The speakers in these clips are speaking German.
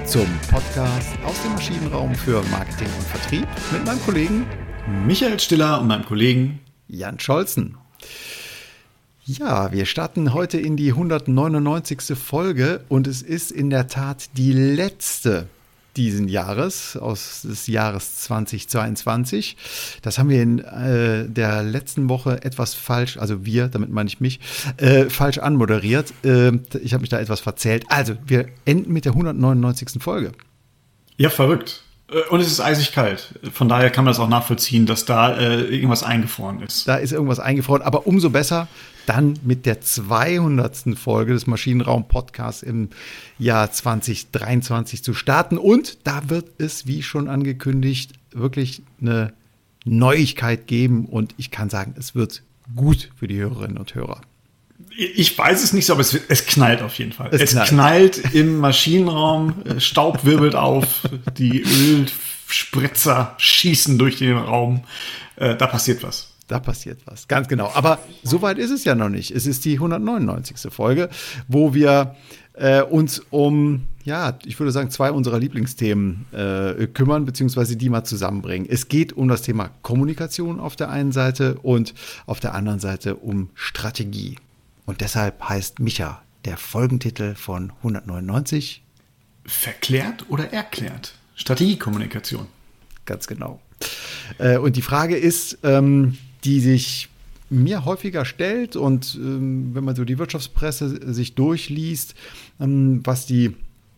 zum Podcast aus dem Maschinenraum für Marketing und Vertrieb mit meinem Kollegen Michael Stiller und meinem Kollegen Jan Scholzen. Ja, wir starten heute in die 199. Folge und es ist in der Tat die letzte diesen Jahres, des Jahres 2022. Das haben wir in der letzten Woche etwas falsch, also wir, damit meine ich mich, falsch anmoderiert. Ich habe mich da etwas verzählt. Also, wir enden mit der 199. Folge. Ja, verrückt. Und es ist eisig kalt. Von daher kann man das auch nachvollziehen, dass da irgendwas eingefroren ist. Da ist irgendwas eingefroren, aber umso besser dann mit der 200. Folge des Maschinenraum-Podcasts im Jahr 2023 zu starten. Und da wird es, wie schon angekündigt, wirklich eine Neuigkeit geben. Und ich kann sagen, es wird gut für die Hörerinnen und Hörer. Ich weiß es nicht so, aber es knallt auf jeden Fall. Es knallt im Maschinenraum, Staub wirbelt auf, die Ölspritzer schießen durch den Raum. Da passiert was. Da passiert was, ganz genau. Aber so weit ist es ja noch nicht. Es ist die 199. Folge, wo wir uns um, ja, ich würde sagen, zwei unserer Lieblingsthemen kümmern, beziehungsweise die mal zusammenbringen. Es geht um das Thema Kommunikation auf der einen Seite und auf der anderen Seite um Strategie. Und deshalb heißt Micha der Folgentitel von 199 Verklärt oder erklärt? Strategiekommunikation. Ganz genau. Und die Frage ist, die sich mir häufiger stellt und wenn man so die Wirtschaftspresse sich durchliest, was die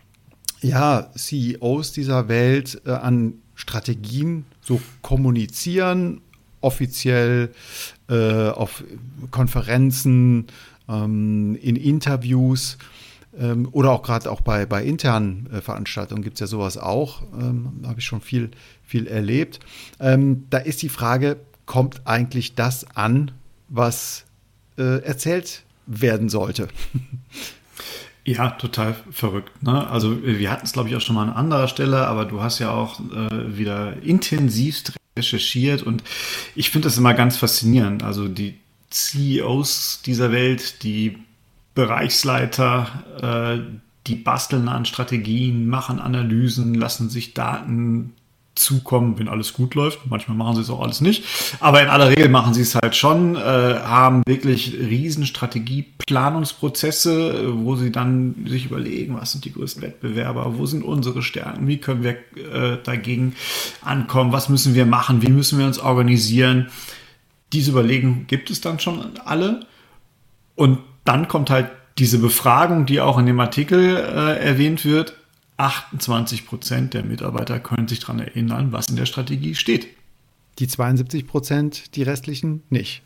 CEOs dieser Welt an Strategien so kommunizieren, offiziell auf Konferenzen, in Interviews oder auch gerade auch bei internen Veranstaltungen gibt es ja sowas auch, habe ich schon viel erlebt. Da ist die Frage, kommt eigentlich das an, was erzählt werden sollte? Ja, total verrückt. Ne? Also wir hatten es, glaube ich, auch schon mal an anderer Stelle, aber du hast ja auch wieder intensivst recherchiert und ich finde das immer ganz faszinierend. Also die CEOs dieser Welt, die Bereichsleiter, die basteln an Strategien, machen Analysen, lassen sich Daten zukommen, wenn alles gut läuft. Manchmal machen sie es auch alles nicht. Aber in aller Regel machen sie es halt schon, haben wirklich riesen Strategieplanungsprozesse, wo sie dann sich überlegen, was sind die größten Wettbewerber, wo sind unsere Stärken, wie können wir dagegen ankommen, was müssen wir machen, wie müssen wir uns organisieren. Diese Überlegungen gibt es dann schon alle. Und dann kommt halt diese Befragung, die auch in dem Artikel erwähnt wird. 28% der Mitarbeiter können sich daran erinnern, was in der Strategie steht. Die 72%, die restlichen nicht.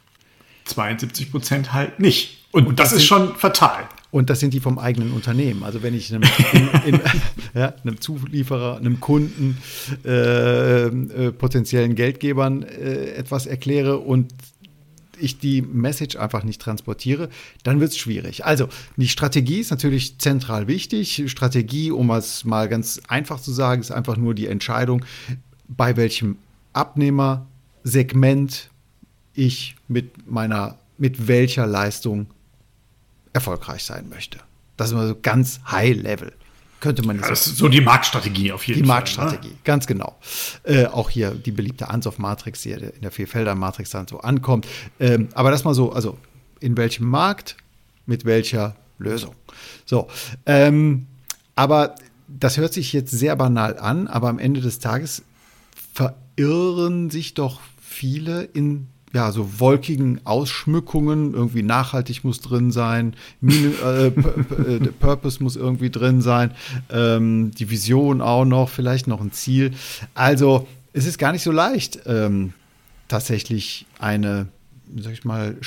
72% halt nicht. Und das ist schon fatal. Und das sind die vom eigenen Unternehmen. Also wenn ich einem Zulieferer, einem Kunden, potenziellen Geldgebern etwas erkläre und ich die Message einfach nicht transportiere, dann wird es schwierig. Also die Strategie ist natürlich zentral wichtig. Strategie, um es mal ganz einfach zu sagen, ist einfach nur die Entscheidung, bei welchem Abnehmersegment ich mit welcher Leistung erfolgreich sein möchte. Das ist immer so ganz high level. Könnte man das ist so die Marktstrategie auf jeden Fall. Die Marktstrategie, ne? Ganz genau. Auch hier die beliebte Ansoff-Matrix, die in der Vierfelder-Matrix dann so ankommt. Aber das mal so, also in welchem Markt, mit welcher Lösung. So, aber das hört sich jetzt sehr banal an, aber am Ende des Tages verirren sich doch viele in so wolkigen Ausschmückungen, irgendwie nachhaltig muss drin sein, Purpose muss irgendwie drin sein, die Vision auch noch, vielleicht noch ein Ziel. Also es ist gar nicht so leicht, tatsächlich eine, sag ich mal,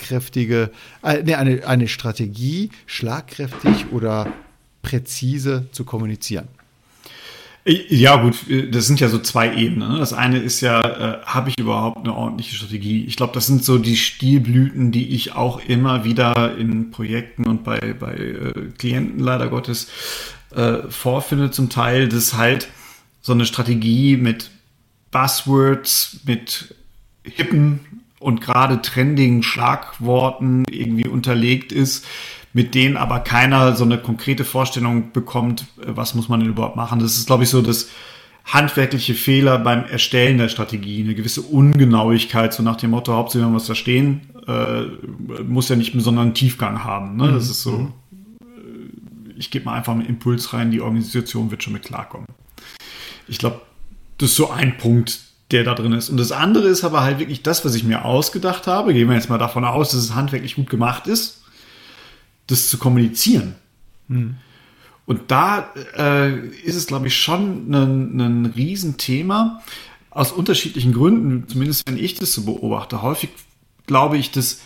eine Strategie schlagkräftig oder präzise zu kommunizieren. Ja gut, das sind ja so zwei Ebenen. Das eine ist ja, habe ich überhaupt eine ordentliche Strategie? Ich glaube, das sind so die Stilblüten, die ich auch immer wieder in Projekten und bei Klienten leider Gottes vorfinde zum Teil, dass halt so eine Strategie mit Buzzwords, mit hippen und gerade trendigen Schlagworten irgendwie unterlegt ist, mit denen aber keiner so eine konkrete Vorstellung bekommt, was muss man denn überhaupt machen. Das ist, glaube ich, so das handwerkliche Fehler beim Erstellen der Strategie, eine gewisse Ungenauigkeit, so nach dem Motto, Hauptsache wir haben was verstehen, muss ja nicht einen besonderen Tiefgang haben. Ne? Das ist so, ich gebe mal einfach einen Impuls rein, die Organisation wird schon mit klarkommen. Ich glaube, das ist so ein Punkt, der da drin ist. Und das andere ist aber halt wirklich das, was ich mir ausgedacht habe. Gehen wir jetzt mal davon aus, dass es handwerklich gut gemacht ist, das zu kommunizieren. Und da ist es, glaube ich, schon ein Riesenthema aus unterschiedlichen Gründen, zumindest wenn ich das so beobachte. Häufig glaube ich, dass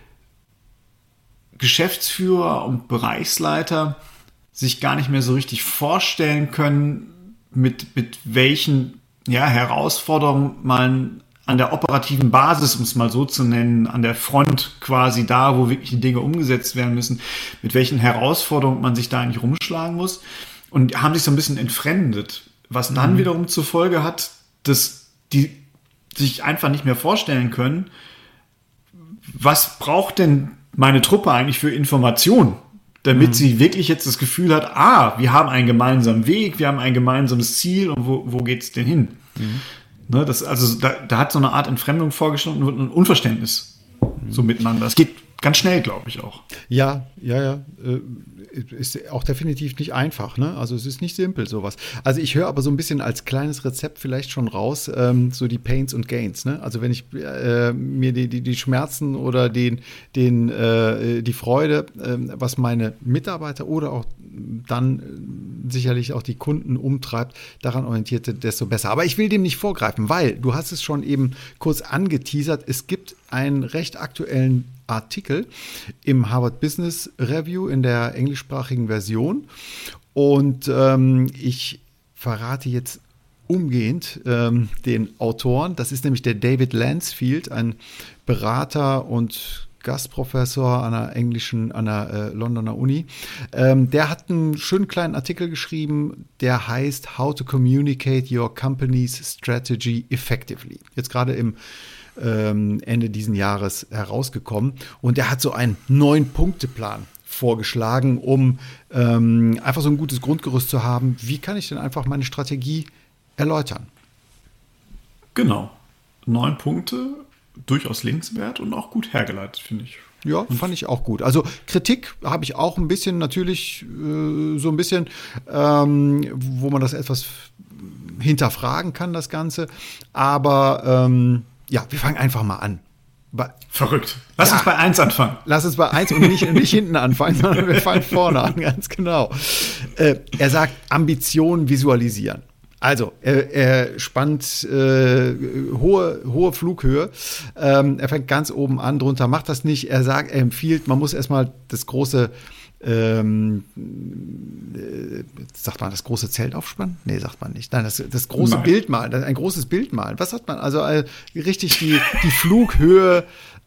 Geschäftsführer und Bereichsleiter sich gar nicht mehr so richtig vorstellen können, mit welchen Herausforderungen man an der operativen Basis, um es mal so zu nennen, an der Front quasi da, wo wirklich die Dinge umgesetzt werden müssen, mit welchen Herausforderungen man sich da eigentlich rumschlagen muss, und haben sich so ein bisschen entfremdet, was dann wiederum zur Folge hat, dass die sich einfach nicht mehr vorstellen können, was braucht denn meine Truppe eigentlich für Informationen, damit sie wirklich jetzt das Gefühl hat, wir haben einen gemeinsamen Weg, wir haben ein gemeinsames Ziel, und wo geht's denn hin? Ne, da hat so eine Art Entfremdung vorgestanden und ein Unverständnis so miteinander. Es geht ganz schnell, glaube ich auch. Ja. Ist auch definitiv nicht einfach, ne? Also es ist nicht simpel, sowas. Also ich höre aber so ein bisschen als kleines Rezept vielleicht schon raus, so die Pains und Gains, ne? Also wenn ich mir die Schmerzen oder die Freude, was meine Mitarbeiter oder auch dann sicherlich auch die Kunden umtreibt, daran orientierte, desto besser. Aber ich will dem nicht vorgreifen, weil du hast es schon eben kurz angeteasert, es gibt einen recht aktuellen Artikel im Harvard Business Review in der englischsprachigen Version, und ich verrate jetzt umgehend den Autoren. Das ist nämlich der David Lansfield, ein Berater und Gastprofessor an der Londoner Uni. Der hat einen schönen kleinen Artikel geschrieben, der heißt How to Communicate Your Company's Strategy Effectively. Jetzt gerade im Ende diesen Jahres herausgekommen. Und er hat so einen 9-Punkte-Plan vorgeschlagen, um einfach so ein gutes Grundgerüst zu haben. Wie kann ich denn einfach meine Strategie erläutern? Genau. 9 Punkte, durchaus lesenswert und auch gut hergeleitet, finde ich. Ja, fand ich auch gut. Also Kritik habe ich auch ein bisschen, natürlich so ein bisschen, wo man das etwas hinterfragen kann, das Ganze. Aber wir fangen einfach mal an. Verrückt. Lass uns bei 1 anfangen. Lass uns bei 1 und nicht hinten anfangen, sondern wir fangen vorne an, ganz genau. Er sagt, Ambitionen visualisieren. Also, er spannt hohe Flughöhe. Er fängt ganz oben an, drunter macht das nicht. Er empfiehlt, man muss erstmal das große sagt man das große Zelt aufspannen? Nee, sagt man nicht. Nein, das große Bild malen, ein großes Bild malen. Was sagt man? Also richtig die Flughöhe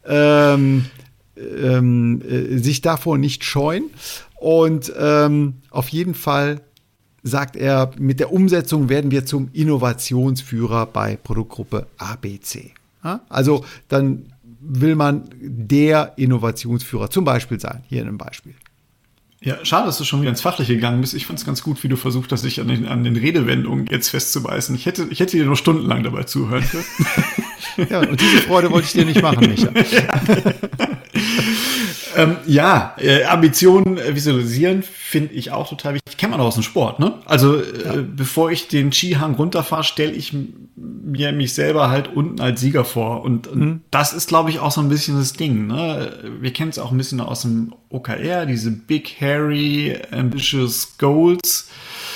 sich davor nicht scheuen. Und auf jeden Fall sagt er, mit der Umsetzung werden wir zum Innovationsführer bei Produktgruppe ABC. Ja? Also dann will man der Innovationsführer zum Beispiel sein. Hier in einem Beispiel. Ja, schade, dass du schon wieder ins Fachliche gegangen bist. Ich fand es ganz gut, wie du versucht hast, dich an den Redewendungen jetzt festzubeißen. Ich hätte dir noch stundenlang dabei zuhören können. Ja, und diese Freude wollte ich dir nicht machen, Micha. Ambitionen visualisieren finde ich auch total wichtig. Kennt man auch aus dem Sport, ne? Also, bevor ich den Skihang runterfahre, stelle ich mir mich selber halt unten als Sieger vor. Und das ist, glaube ich, auch so ein bisschen das Ding, ne? Wir kennen es auch ein bisschen aus dem OKR, diese Big, Hairy, Ambitious Goals,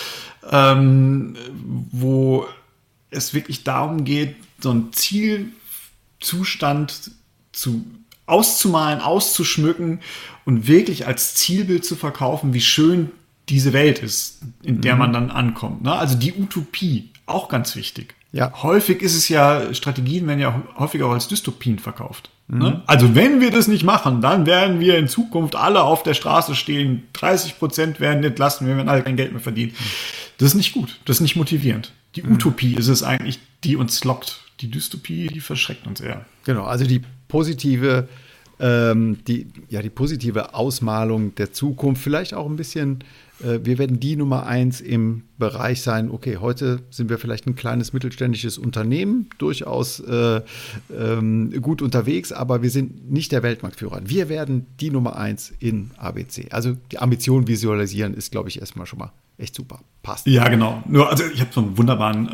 wo es wirklich darum geht, so einen Zielzustand auszumalen, auszuschmücken und wirklich als Zielbild zu verkaufen, wie schön diese Welt ist, in der man dann ankommt. Ne? Also die Utopie, auch ganz wichtig. Ja. Häufig ist es ja, Strategien werden ja häufig auch als Dystopien verkauft. Ne? Also wenn wir das nicht machen, dann werden wir in Zukunft alle auf der Straße stehen, 30% werden entlassen, wir werden alle kein Geld mehr verdienen. Das ist nicht gut, das ist nicht motivierend. Die Utopie ist es eigentlich, die uns lockt. Die Dystopie, die verschreckt uns eher. Genau, also die positive die positive Ausmalung der Zukunft, vielleicht auch ein bisschen, wir werden die Nummer 1 im Bereich sein, okay, heute sind wir vielleicht ein kleines mittelständisches Unternehmen, durchaus gut unterwegs, aber wir sind nicht der Weltmarktführer. Wir werden die Nummer 1 in ABC. Also die Ambition visualisieren ist, glaube ich, erstmal schon mal echt super. Passt. Ja, genau. Nur, also ich habe so einen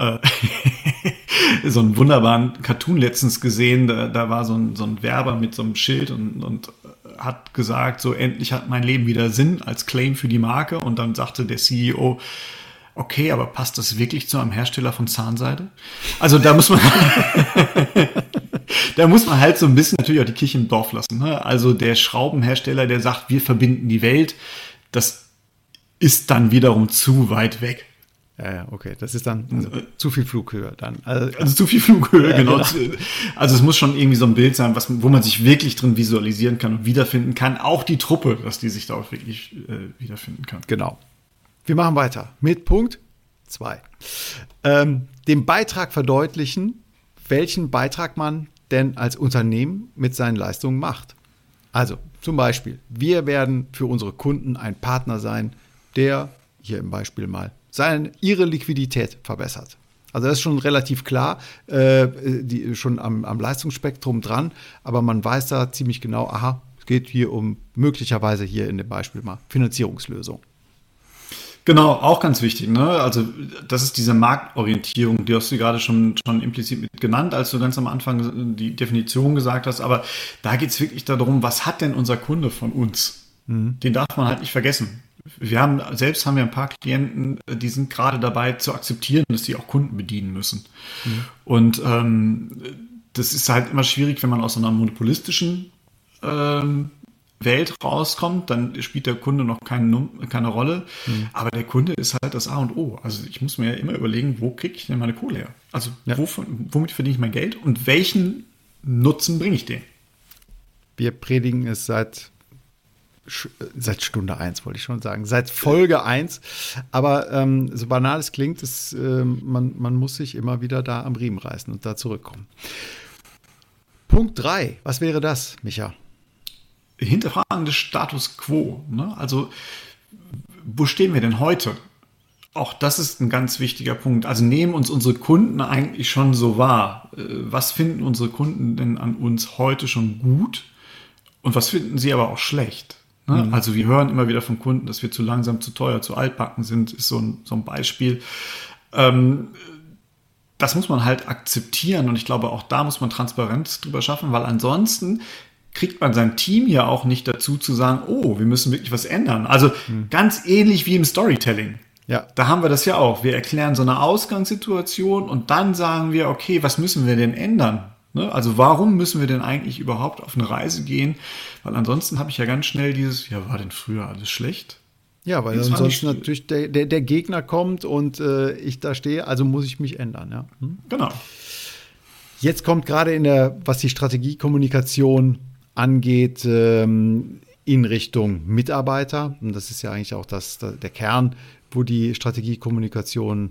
wunderbaren Cartoon letztens gesehen. Da war so ein Werber mit so einem Schild und hat gesagt, so endlich hat mein Leben wieder Sinn als Claim für die Marke. Und dann sagte der CEO, okay, aber passt das wirklich zu einem Hersteller von Zahnseide? Also da muss man halt so ein bisschen natürlich auch die Kirche im Dorf lassen. Ne? Also der Schraubenhersteller, der sagt, wir verbinden die Welt, das ist dann wiederum zu weit weg. Ja, okay. Das ist dann zu viel Flughöhe dann. Also zu viel Flughöhe, genau. Also es muss schon irgendwie so ein Bild sein, wo man sich wirklich drin visualisieren kann und wiederfinden kann. Auch die Truppe, dass die sich da auch wirklich wiederfinden kann. Genau. Wir machen weiter mit Punkt 2. Dem Beitrag verdeutlichen, welchen Beitrag man denn als Unternehmen mit seinen Leistungen macht. Also zum Beispiel, wir werden für unsere Kunden ein Partner sein, der, hier im Beispiel mal, ihre Liquidität verbessert. Also das ist schon relativ klar, schon am Leistungsspektrum dran, aber man weiß da ziemlich genau, aha, es geht hier möglicherweise hier in dem Beispiel mal Finanzierungslösung. Genau, auch ganz wichtig, ne? Also das ist diese Marktorientierung, die hast du gerade schon implizit mit genannt, als du ganz am Anfang die Definition gesagt hast, aber da geht es wirklich darum, was hat denn unser Kunde von uns? Den darf man halt nicht vergessen. Wir haben ein paar Klienten, die sind gerade dabei zu akzeptieren, dass sie auch Kunden bedienen müssen. Und das ist halt immer schwierig, wenn man aus so einer monopolistischen Welt rauskommt, dann spielt der Kunde noch keine Rolle. Aber der Kunde ist halt das A und O. Also ich muss mir ja immer überlegen, wo kriege ich denn meine Kohle her? Also womit verdiene ich mein Geld und welchen Nutzen bringe ich dem? Wir predigen es seit Stunde 1, wollte ich schon sagen, seit Folge 1. Aber so banal es klingt, man muss sich immer wieder da am Riemen reißen und da zurückkommen. Punkt 3, was wäre das, Micha? Hinterfragen des Status quo. Ne? Also, wo stehen wir denn heute? Auch das ist ein ganz wichtiger Punkt. Also nehmen uns unsere Kunden eigentlich schon so wahr? Was finden unsere Kunden denn an uns heute schon gut? Und was finden sie aber auch schlecht? Ne? Also wir hören immer wieder von Kunden, dass wir zu langsam, zu teuer, zu altbacken sind, ist so ein Beispiel. Das muss man halt akzeptieren und ich glaube, auch da muss man Transparenz drüber schaffen, weil ansonsten kriegt man sein Team ja auch nicht dazu zu sagen, oh, wir müssen wirklich was ändern. Also ganz ähnlich wie im Storytelling. Ja. Da haben wir das ja auch. Wir erklären so eine Ausgangssituation und dann sagen wir, okay, was müssen wir denn ändern? Ne? Also warum müssen wir denn eigentlich überhaupt auf eine Reise gehen? Weil ansonsten habe ich ja ganz schnell war denn früher alles schlecht? Ja, weil ansonsten natürlich der Gegner kommt und ich da stehe, also muss ich mich ändern. Ja. Genau. Jetzt kommt gerade was die Strategiekommunikation angeht, in Richtung Mitarbeiter. Und das ist ja eigentlich auch der Kern, wo die Strategiekommunikation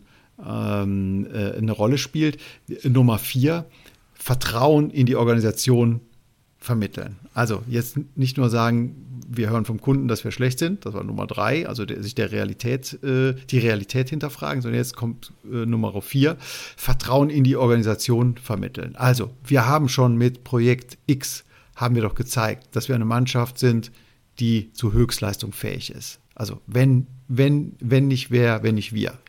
eine Rolle spielt. Nummer 4, Vertrauen in die Organisation vermitteln. Also jetzt nicht nur sagen, wir hören vom Kunden, dass wir schlecht sind, das war Nummer 3, also sich die Realität hinterfragen, sondern jetzt kommt Nummer 4, Vertrauen in die Organisation vermitteln. Also wir haben schon mit Projekt X, haben wir doch gezeigt, dass wir eine Mannschaft sind, die zu Höchstleistung fähig ist. Also wenn nicht wer, wenn nicht wir.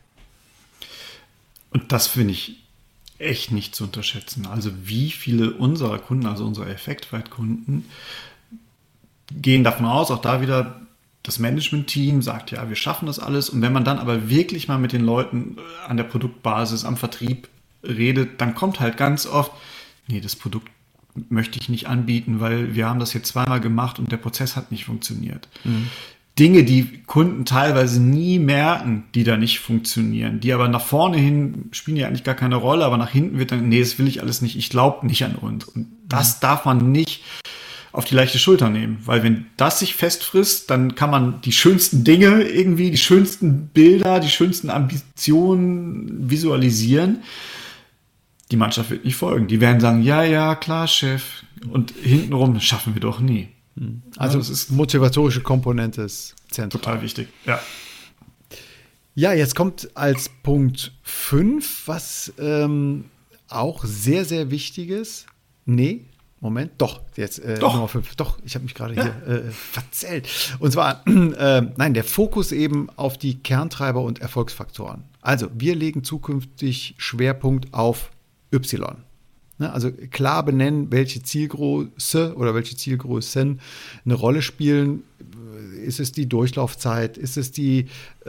Und das finde ich echt nicht zu unterschätzen. Also wie viele unserer Kunden, also unsere Effektweit-Kunden, gehen davon aus, auch da wieder das Management-Team sagt, ja, wir schaffen das alles. Und wenn man dann aber wirklich mal mit den Leuten an der Produktbasis, am Vertrieb redet, dann kommt halt ganz oft, nee, das Produkt möchte ich nicht anbieten, weil wir haben das jetzt zweimal gemacht und der Prozess hat nicht funktioniert. Dinge, die Kunden teilweise nie merken, die da nicht funktionieren, die aber nach vorne hin spielen ja eigentlich gar keine Rolle, aber nach hinten wird dann, nee, das will ich alles nicht, ich glaube nicht an uns. Und das darf man nicht auf die leichte Schulter nehmen, weil wenn das sich festfrisst, dann kann man die schönsten Dinge irgendwie, die schönsten Bilder, die schönsten Ambitionen visualisieren. Die Mannschaft wird nicht folgen. Die werden sagen, ja, klar, Chef, Und hintenrum schaffen wir doch nie. Also das ist motivatorische Komponente ist zentral. total wichtig. Ja. Ja, jetzt kommt als Punkt 5, was auch sehr, sehr wichtig ist. Nee, Moment, doch, jetzt Nummer 5. Doch, ich habe mich gerade hier verzählt. Und zwar, der Fokus eben auf die Kerntreiber und Erfolgsfaktoren. Also, wir legen zukünftig Schwerpunkt auf Y. Ne, also klar benennen, welche Zielgröße oder welche Zielgrößen eine Rolle spielen. Ist es die Durchlaufzeit? Ist es die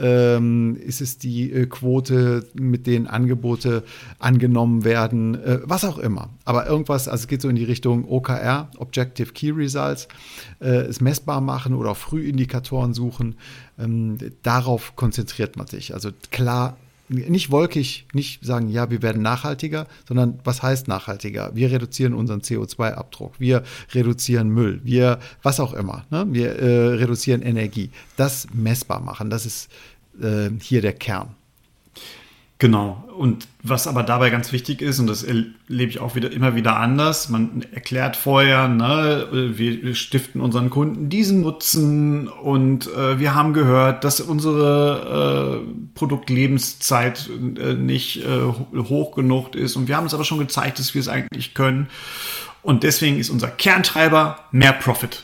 Quote, mit denen Angebote angenommen werden? Was auch immer. Aber irgendwas, also es geht so in die Richtung OKR, Objective Key Results, es messbar machen oder auf Frühindikatoren suchen. Darauf konzentriert man sich. Also klar, nicht wolkig, nicht sagen, ja, wir werden nachhaltiger, sondern was heißt nachhaltiger? Wir reduzieren unseren CO2-Abdruck, wir reduzieren Müll, wir, was auch immer, ne? Wir reduzieren Energie. Das messbar machen, das ist hier der Kern. Genau. Und was aber dabei ganz wichtig ist, und das erlebe ich auch immer wieder anders, man erklärt vorher, ne, wir stiften unseren Kunden diesen Nutzen und wir haben gehört, dass unsere Produktlebenszeit nicht hoch genug ist und wir haben es aber schon gezeigt, dass wir es eigentlich können. Und deswegen ist unser Kerntreiber mehr Profit.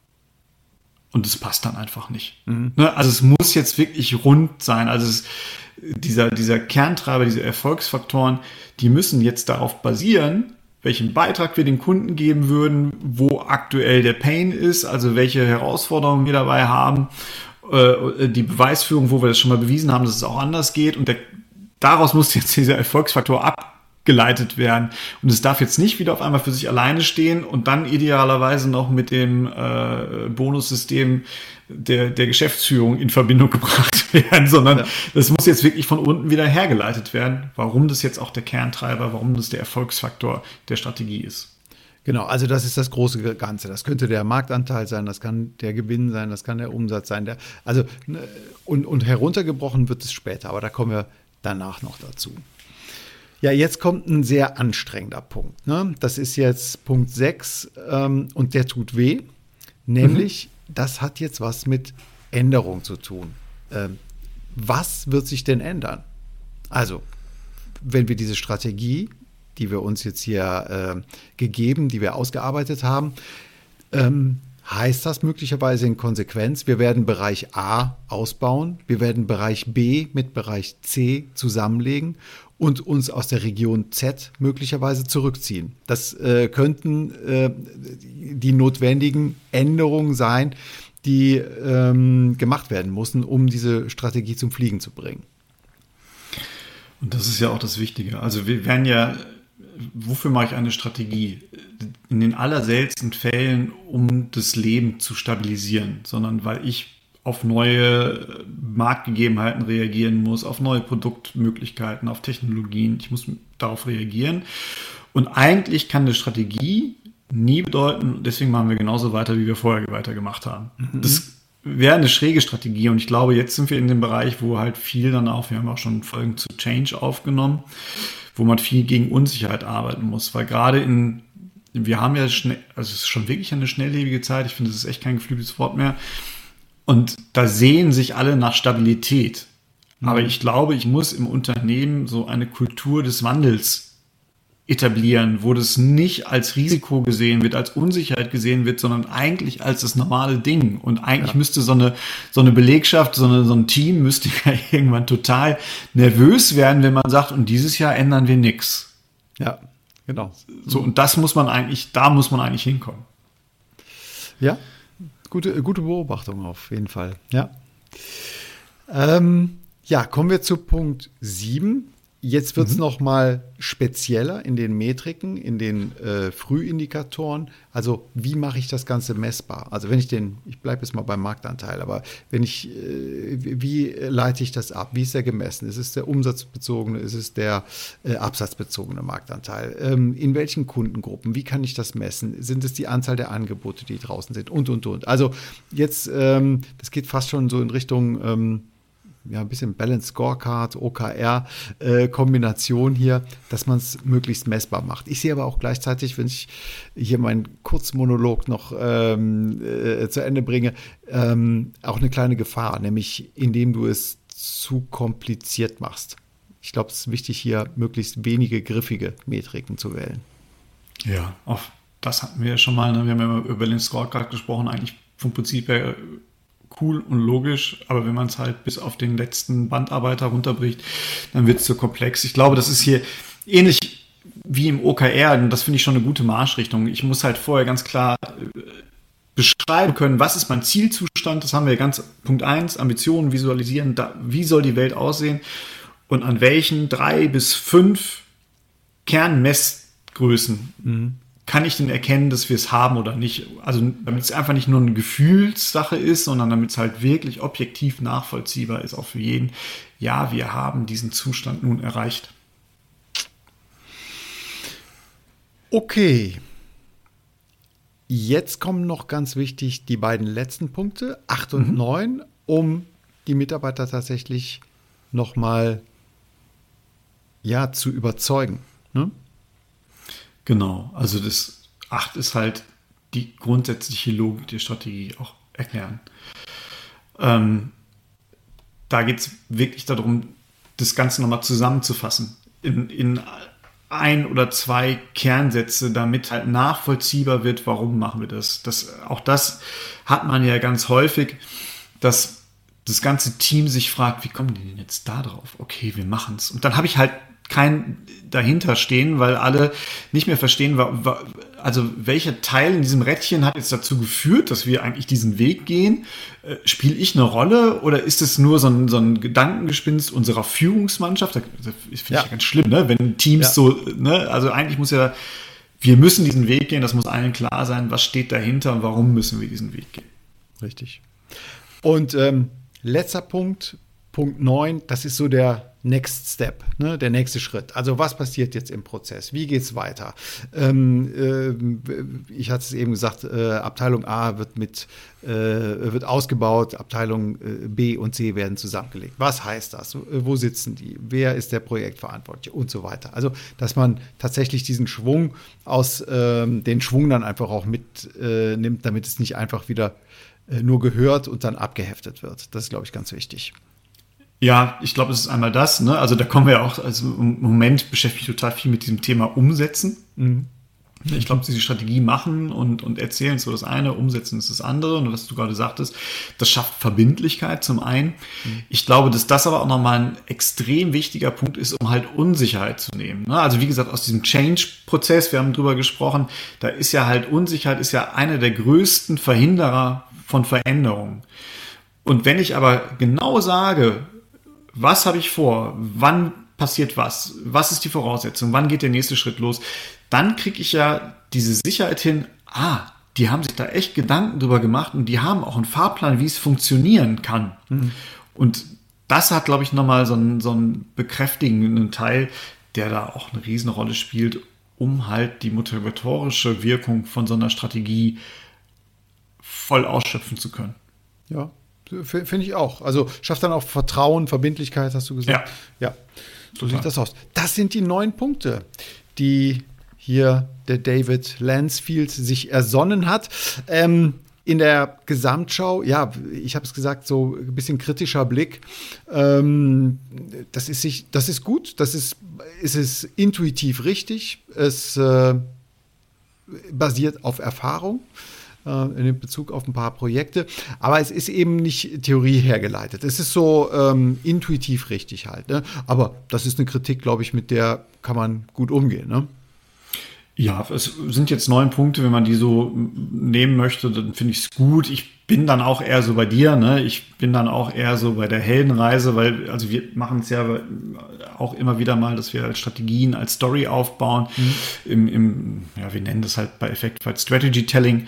Und es passt dann einfach nicht. Ne? Also es muss jetzt wirklich rund sein. Also dieser Kerntreiber, diese Erfolgsfaktoren, die müssen jetzt darauf basieren, welchen Beitrag wir den Kunden geben würden, wo aktuell der Pain ist, also welche Herausforderungen wir dabei haben, die Beweisführung, wo wir das schon mal bewiesen haben, dass es auch anders geht. Und daraus muss jetzt dieser Erfolgsfaktor abgeleitet werden. Und es darf jetzt nicht wieder auf einmal für sich alleine stehen und dann idealerweise noch mit dem Bonussystem der Geschäftsführung in Verbindung gebracht werden, sondern das muss jetzt wirklich von unten wieder hergeleitet werden, warum das jetzt auch der Kerntreiber, warum das der Erfolgsfaktor der Strategie ist. Genau, also das ist das große Ganze. Das könnte der Marktanteil sein, das kann der Gewinn sein, das kann der Umsatz sein. Und heruntergebrochen wird es später, aber da kommen wir danach noch dazu. Ja, jetzt kommt ein sehr anstrengender Punkt. Ne? Das ist jetzt Punkt 6 und der tut weh, nämlich das hat jetzt was mit Änderung zu tun. Was wird sich denn ändern? Also, wenn wir diese Strategie, die wir uns jetzt hier gegeben, die wir ausgearbeitet haben, heißt das möglicherweise in Konsequenz, wir werden Bereich A ausbauen, wir werden Bereich B mit Bereich C zusammenlegen und uns aus der Region Z möglicherweise zurückziehen. Das könnten die notwendigen Änderungen sein, die gemacht werden mussten, um diese Strategie zum Fliegen zu bringen. Und das ist ja auch das Wichtige. Also wir werden ja, wofür mache ich eine Strategie? In den allerseltensten Fällen, um das Leben zu stabilisieren, sondern weil ich auf neue Marktgegebenheiten reagieren muss, auf neue Produktmöglichkeiten, auf Technologien. Ich muss darauf reagieren. Und eigentlich kann eine Strategie nie bedeuten, deswegen machen wir genauso weiter, wie wir vorher weitergemacht haben. Das wäre eine schräge Strategie. Und ich glaube, jetzt sind wir in dem Bereich, wo halt viel dann auch, wir haben auch schon Folgen zu Change aufgenommen, wo man viel gegen Unsicherheit arbeiten muss. Weil gerade wir haben ja also es ist schon wirklich eine schnelllebige Zeit. Ich finde, das ist echt kein geflügeltes Wort mehr. Und da sehen sich alle nach Stabilität. Aber ich glaube, ich muss im Unternehmen so eine Kultur des Wandels etablieren, wo das nicht als Risiko gesehen wird, als Unsicherheit gesehen wird, sondern eigentlich als das normale Ding. Und eigentlich müsste so eine Belegschaft, so ein Team müsste ja irgendwann total nervös werden, wenn man sagt, und dieses Jahr ändern wir nichts. Ja, genau. So, und da muss man eigentlich hinkommen. Ja. Gute Beobachtung auf jeden Fall. Ja. Kommen wir zu Punkt 7. Jetzt wird es noch mal spezieller in den Metriken, in den Frühindikatoren. Also wie mache ich das Ganze messbar? Also ich bleibe jetzt mal beim Marktanteil, aber wie leite ich das ab? Wie ist der gemessen? Ist es der umsatzbezogene? Ist es der absatzbezogene Marktanteil? In welchen Kundengruppen? Wie kann ich das messen? Sind es die Anzahl der Angebote, die draußen sind? Und. Also jetzt, das geht fast schon so in Richtung ja, ein bisschen Balanced Scorecard, OKR-Kombination hier, dass man es möglichst messbar macht. Ich sehe aber auch gleichzeitig, wenn ich hier meinen Kurzmonolog noch zu Ende bringe, auch eine kleine Gefahr, nämlich indem du es zu kompliziert machst. Ich glaube, es ist wichtig, hier möglichst wenige griffige Metriken zu wählen. Ja, auch das hatten wir ja schon mal. Ne? Wir haben ja über den Scorecard gesprochen, eigentlich vom Prinzip her cool und logisch, aber wenn man es halt bis auf den letzten Bandarbeiter runterbricht, dann wird es zu komplex. Ich glaube, das ist hier ähnlich wie im OKR, und das finde ich schon eine gute Marschrichtung. Ich muss halt vorher ganz klar beschreiben können, was ist mein Zielzustand, das haben wir ganz Punkt 1, Ambitionen visualisieren, wie soll die Welt aussehen und an welchen 3 bis 5 Kernmessgrößen kann ich denn erkennen, dass wir es haben oder nicht? Also damit es einfach nicht nur eine Gefühlssache ist, sondern damit es halt wirklich objektiv nachvollziehbar ist, auch für jeden. Ja, wir haben diesen Zustand nun erreicht. Okay. Jetzt kommen noch ganz wichtig die beiden letzten Punkte, 8 und 9, um die Mitarbeiter tatsächlich nochmal zu überzeugen. Ne? Genau, also das 8 ist halt die grundsätzliche Logik der Strategie auch erklären. Da geht es wirklich darum, das Ganze nochmal zusammenzufassen in 1 oder 2 Kernsätze, damit halt nachvollziehbar wird, warum machen wir das. Auch das hat man ja ganz häufig, dass das ganze Team sich fragt, wie kommen die denn jetzt da drauf? Okay, wir machen es. Und dann habe ich halt kein dahinter stehen, weil alle nicht mehr verstehen, also welcher Teil in diesem Rädchen hat jetzt dazu geführt, dass wir eigentlich diesen Weg gehen? Spiele ich eine Rolle oder ist es nur so ein Gedankengespinst unserer Führungsmannschaft? Das finde ich ja ganz schlimm, ne? Wenn Teams also eigentlich wir müssen diesen Weg gehen, das muss allen klar sein, was steht dahinter und warum müssen wir diesen Weg gehen. Richtig. Und letzter Punkt 9, das ist so der Next Step, ne, der nächste Schritt. Also was passiert jetzt im Prozess? Wie geht es weiter? Ich hatte es eben gesagt, Abteilung A wird ausgebaut, Abteilung B und C werden zusammengelegt. Was heißt das? Wo sitzen die? Wer ist der Projektverantwortliche? Und so weiter. Also, dass man tatsächlich diesen Schwung den Schwung dann einfach auch mitnimmt, damit es nicht einfach wieder nur gehört und dann abgeheftet wird. Das ist, glaube ich, ganz wichtig. Ja, ich glaube, es ist einmal das, ne? Also da kommen wir auch, also im Moment beschäftige ich total viel mit diesem Thema Umsetzen. Ich glaube, diese Strategie machen und erzählen ist so das eine, umsetzen ist das andere. Und was du gerade sagtest, das schafft Verbindlichkeit zum einen. Ich glaube, dass das aber auch nochmal ein extrem wichtiger Punkt ist, um halt Unsicherheit zu nehmen. Ne? Also wie gesagt, aus diesem Change-Prozess, wir haben drüber gesprochen, da ist ja halt Unsicherheit ist ja einer der größten Verhinderer von Veränderungen. Und wenn ich aber genau sage, was habe ich vor? Wann passiert was? Was ist die Voraussetzung? Wann geht der nächste Schritt los? Dann kriege ich ja diese Sicherheit hin, die haben sich da echt Gedanken drüber gemacht und die haben auch einen Fahrplan, wie es funktionieren kann. Und das hat, glaube ich, nochmal so einen bekräftigenden Teil, der da auch eine Riesenrolle spielt, um halt die motivatorische Wirkung von so einer Strategie voll ausschöpfen zu können. Ja. Finde ich auch. Also schafft dann auch Vertrauen, Verbindlichkeit, hast du gesagt. Ja. So sieht das aus. Das sind die 9 Punkte, die hier der David Lansfield sich ersonnen hat. In der Gesamtschau, ich habe es gesagt, so ein bisschen kritischer Blick. Das ist gut, es ist intuitiv richtig, es basiert auf Erfahrung. In Bezug auf ein paar Projekte. Aber es ist eben nicht Theorie hergeleitet. Es ist so intuitiv richtig halt. Ne? Aber das ist eine Kritik, glaube ich, mit der kann man gut umgehen. Ne? Ja, es sind jetzt 9 Punkte. Wenn man die so nehmen möchte, dann finde ich es gut. Ich bin dann auch eher so bei dir. Ne? Ich bin dann auch eher so bei der Heldenreise, weil also wir machen es ja auch immer wieder mal, dass wir als Strategien, als Story aufbauen. Wir nennen das halt bei Effective Strategy Telling.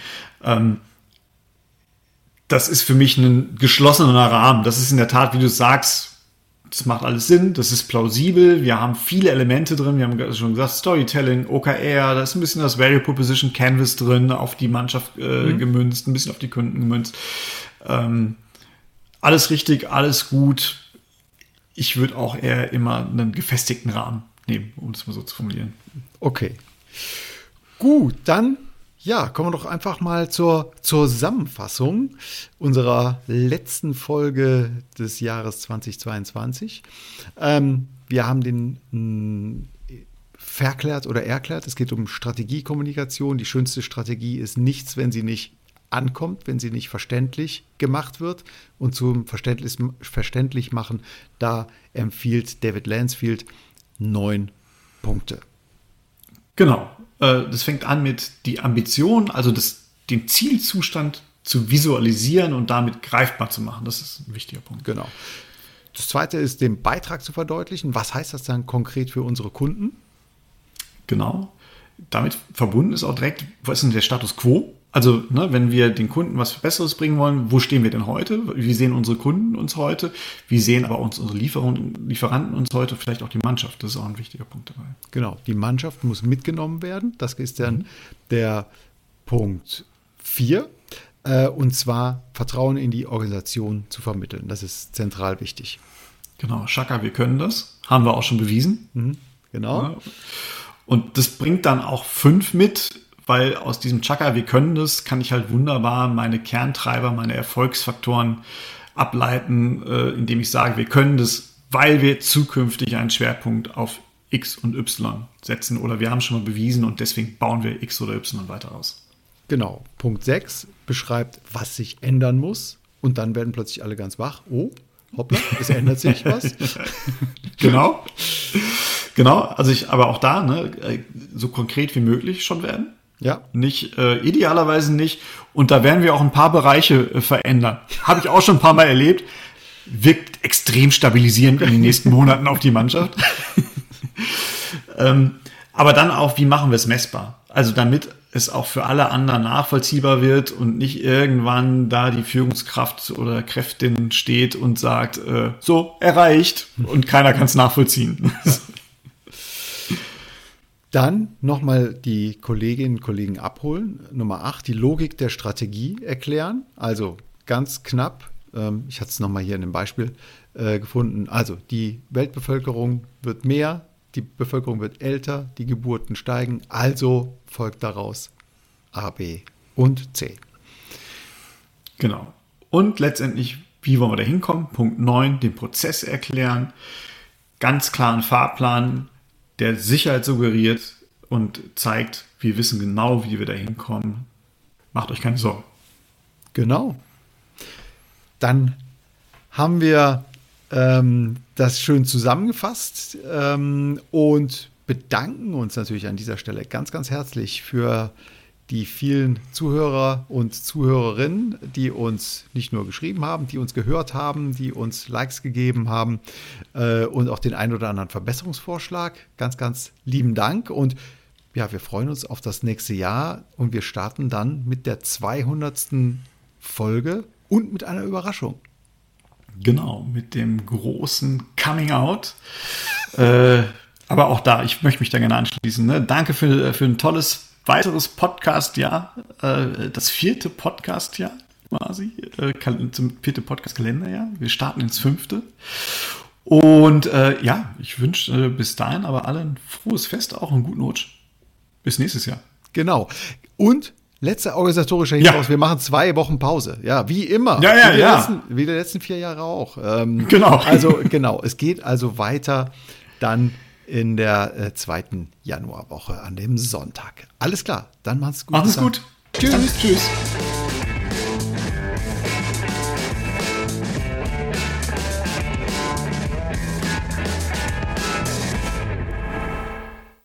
Das ist für mich ein geschlossener Rahmen. Das ist in der Tat, wie du sagst, das macht alles Sinn, das ist plausibel, wir haben viele Elemente drin, wir haben schon gesagt, Storytelling, OKR, da ist ein bisschen das Value Proposition Canvas drin, auf die Mannschaft gemünzt, ein bisschen auf die Kunden gemünzt. Alles richtig, alles gut. ich würde auch eher immer einen gefestigten Rahmen nehmen, um es mal so zu formulieren. Okay. Gut, dann kommen wir doch einfach mal zur Zusammenfassung unserer letzten Folge des Jahres 2022. Wir haben den erklärt, es geht um Strategiekommunikation. Die schönste Strategie ist nichts, wenn sie nicht ankommt, wenn sie nicht verständlich gemacht wird. Und zum verständlich machen, da empfiehlt David Lansfield 9 Punkte. Genau. Das fängt an mit die Ambition, also den Zielzustand zu visualisieren und damit greifbar zu machen. Das ist ein wichtiger Punkt. Genau. Das zweite ist, den Beitrag zu verdeutlichen. Was heißt das dann konkret für unsere Kunden? Genau. Damit verbunden ist auch direkt, was ist denn der Status quo? Also, wenn wir den Kunden was Besseres bringen wollen, wo stehen wir denn heute? Wie sehen unsere Kunden uns heute? Wie sehen aber unsere Lieferanten uns heute? Vielleicht auch die Mannschaft. Das ist auch ein wichtiger Punkt dabei. Genau, die Mannschaft muss mitgenommen werden. Das ist dann der Punkt 4. Und zwar Vertrauen in die Organisation zu vermitteln. Das ist zentral wichtig. Genau, Chaka, wir können das. Haben wir auch schon bewiesen. Genau. Ja. Und das bringt dann auch 5 mit, weil aus diesem Chaka, wir können das, kann ich halt wunderbar meine Kerntreiber, meine Erfolgsfaktoren ableiten, indem ich sage, wir können das, weil wir zukünftig einen Schwerpunkt auf X und Y setzen oder wir haben schon mal bewiesen und deswegen bauen wir X oder Y weiter aus. Genau. Punkt 6 beschreibt, was sich ändern muss und dann werden plötzlich alle ganz wach. Oh, hoppla, es ändert sich was. Genau. Also aber auch da, so konkret wie möglich schon werden. Ja. Nicht, idealerweise nicht. Und da werden wir auch ein paar Bereiche verändern. Habe ich auch schon ein paar Mal erlebt. Wirkt extrem stabilisierend in den nächsten Monaten auf die Mannschaft. Aber dann auch, wie machen wir es messbar? Also damit es auch für alle anderen nachvollziehbar wird und nicht irgendwann da die Führungskraft oder Kräftin steht und sagt, so, erreicht und keiner kann es nachvollziehen. Dann nochmal die Kolleginnen und Kollegen abholen. Nummer 8, die Logik der Strategie erklären. Also ganz knapp, ich hatte es nochmal hier in dem Beispiel gefunden. Also die Weltbevölkerung wird mehr, die Bevölkerung wird älter, die Geburten steigen. Also folgt daraus A, B und C. Genau. Und letztendlich, wie wollen wir da hinkommen? Punkt 9, den Prozess erklären. Ganz klaren Fahrplan, der Sicherheit suggeriert und zeigt, wir wissen genau, wie wir da hinkommen. Macht euch keine Sorgen. Genau. Dann haben wir das schön zusammengefasst und bedanken uns natürlich an dieser Stelle ganz, ganz herzlich für die vielen Zuhörer und Zuhörerinnen, die uns nicht nur geschrieben haben, die uns gehört haben, die uns Likes gegeben haben und auch den ein oder anderen Verbesserungsvorschlag. Ganz, ganz lieben Dank und ja, wir freuen uns auf das nächste Jahr und wir starten dann mit der 200. Folge und mit einer Überraschung. Genau, mit dem großen Coming Out. Aber auch da, ich möchte mich da gerne anschließen. Ne? Danke für ein tolles weiteres Podcast-Jahr. Das 4. Podcast-Jahr quasi. Zum 4. Podcast-Kalenderjahr. Wir starten ins 5. Und ich wünsche bis dahin aber allen ein frohes Fest, auch einen guten Rutsch. Bis nächstes Jahr. Genau. Und letzter organisatorischer Hinweis, wir machen 2 Wochen Pause. Ja, wie immer. Wie die letzten 4 Jahre auch. Genau. Also genau, es geht also weiter dann in der 2. Januarwoche an dem Sonntag. Alles klar, dann macht's gut. Macht's gut. Tschüss. Tschüss.